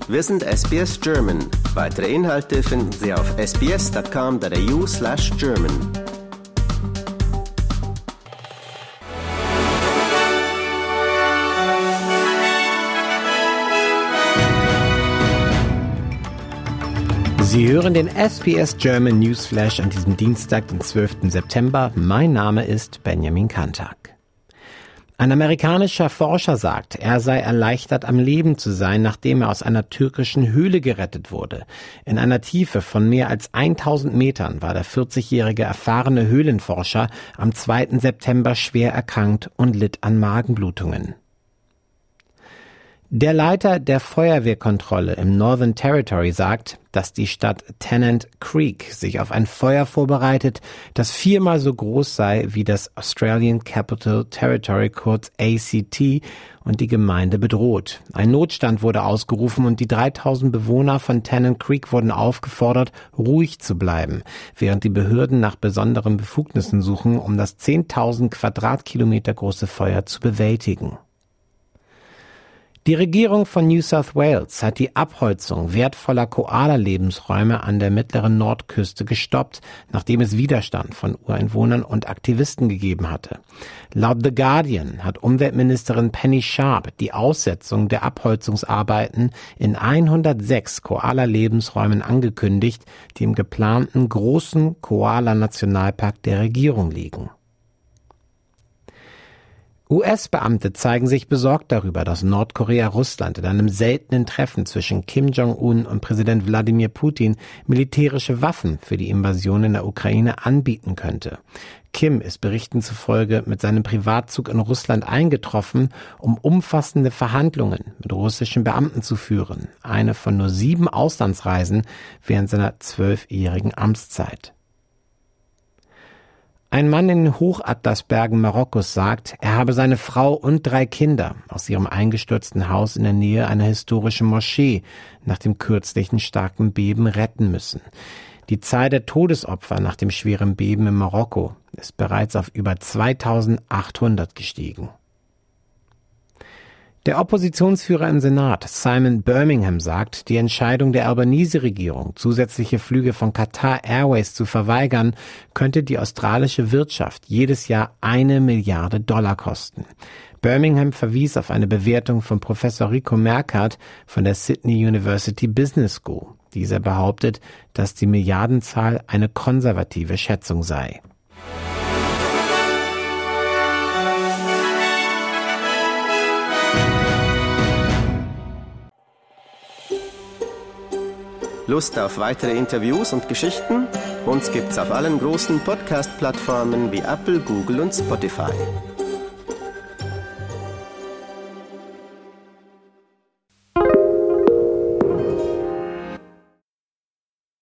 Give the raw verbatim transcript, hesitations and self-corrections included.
Wir sind S B S German. Weitere Inhalte finden Sie auf sbs.com.au slash German. Sie hören den S B S German Newsflash an diesem Dienstag, den zwölften September. Mein Name ist Benjamin Kantak. Ein amerikanischer Forscher sagt, er sei erleichtert, am Leben zu sein, nachdem er aus einer türkischen Höhle gerettet wurde. In einer Tiefe von mehr als tausend Metern war der vierzigjährige erfahrene Höhlenforscher am zweiten September schwer erkrankt und litt an Magenblutungen. Der Leiter der Feuerwehrkontrolle im Northern Territory sagt, dass die Stadt Tennant Creek sich auf ein Feuer vorbereitet, das viermal so groß sei wie das Australian Capital Territory, kurz A C T, und die Gemeinde bedroht. Ein Notstand wurde ausgerufen und die dreitausend Bewohner von Tennant Creek wurden aufgefordert, ruhig zu bleiben, während die Behörden nach besonderen Befugnissen suchen, um das zehntausend Quadratkilometer große Feuer zu bewältigen. Die Regierung von New South Wales hat die Abholzung wertvoller Koala-Lebensräume an der mittleren Nordküste gestoppt, nachdem es Widerstand von Ureinwohnern und Aktivisten gegeben hatte. Laut The Guardian hat Umweltministerin Penny Sharp die Aussetzung der Abholzungsarbeiten in hundertsechs Koala-Lebensräumen angekündigt, die im geplanten großen Koala-Nationalpark der Regierung liegen. U S-Beamte zeigen sich besorgt darüber, dass Nordkorea Russland in einem seltenen Treffen zwischen Kim Jong-un und Präsident Wladimir Putin militärische Waffen für die Invasion in der Ukraine anbieten könnte. Kim ist Berichten zufolge mit seinem Privatzug in Russland eingetroffen, um umfassende Verhandlungen mit russischen Beamten zu führen. Eine von nur sieben Auslandsreisen während seiner zwölfjährigen Amtszeit. Ein Mann in den Hochatlasbergen Marokkos sagt, er habe seine Frau und drei Kinder aus ihrem eingestürzten Haus in der Nähe einer historischen Moschee nach dem kürzlichen starken Beben retten müssen. Die Zahl der Todesopfer nach dem schweren Beben in Marokko ist bereits auf über zweitausendachthundert gestiegen. Der Oppositionsführer im Senat, Simon Birmingham, sagt, die Entscheidung der Albanese-Regierung, zusätzliche Flüge von Qatar Airways zu verweigern, könnte die australische Wirtschaft jedes Jahr eine Milliarde Dollar kosten. Birmingham verwies auf eine Bewertung von Professor Rico Mercart von der Sydney University Business School. Dieser behauptet, dass die Milliardenzahl eine konservative Schätzung sei. Lust auf weitere Interviews und Geschichten? Uns gibt's auf allen großen Podcast-Plattformen wie Apple, Google und Spotify.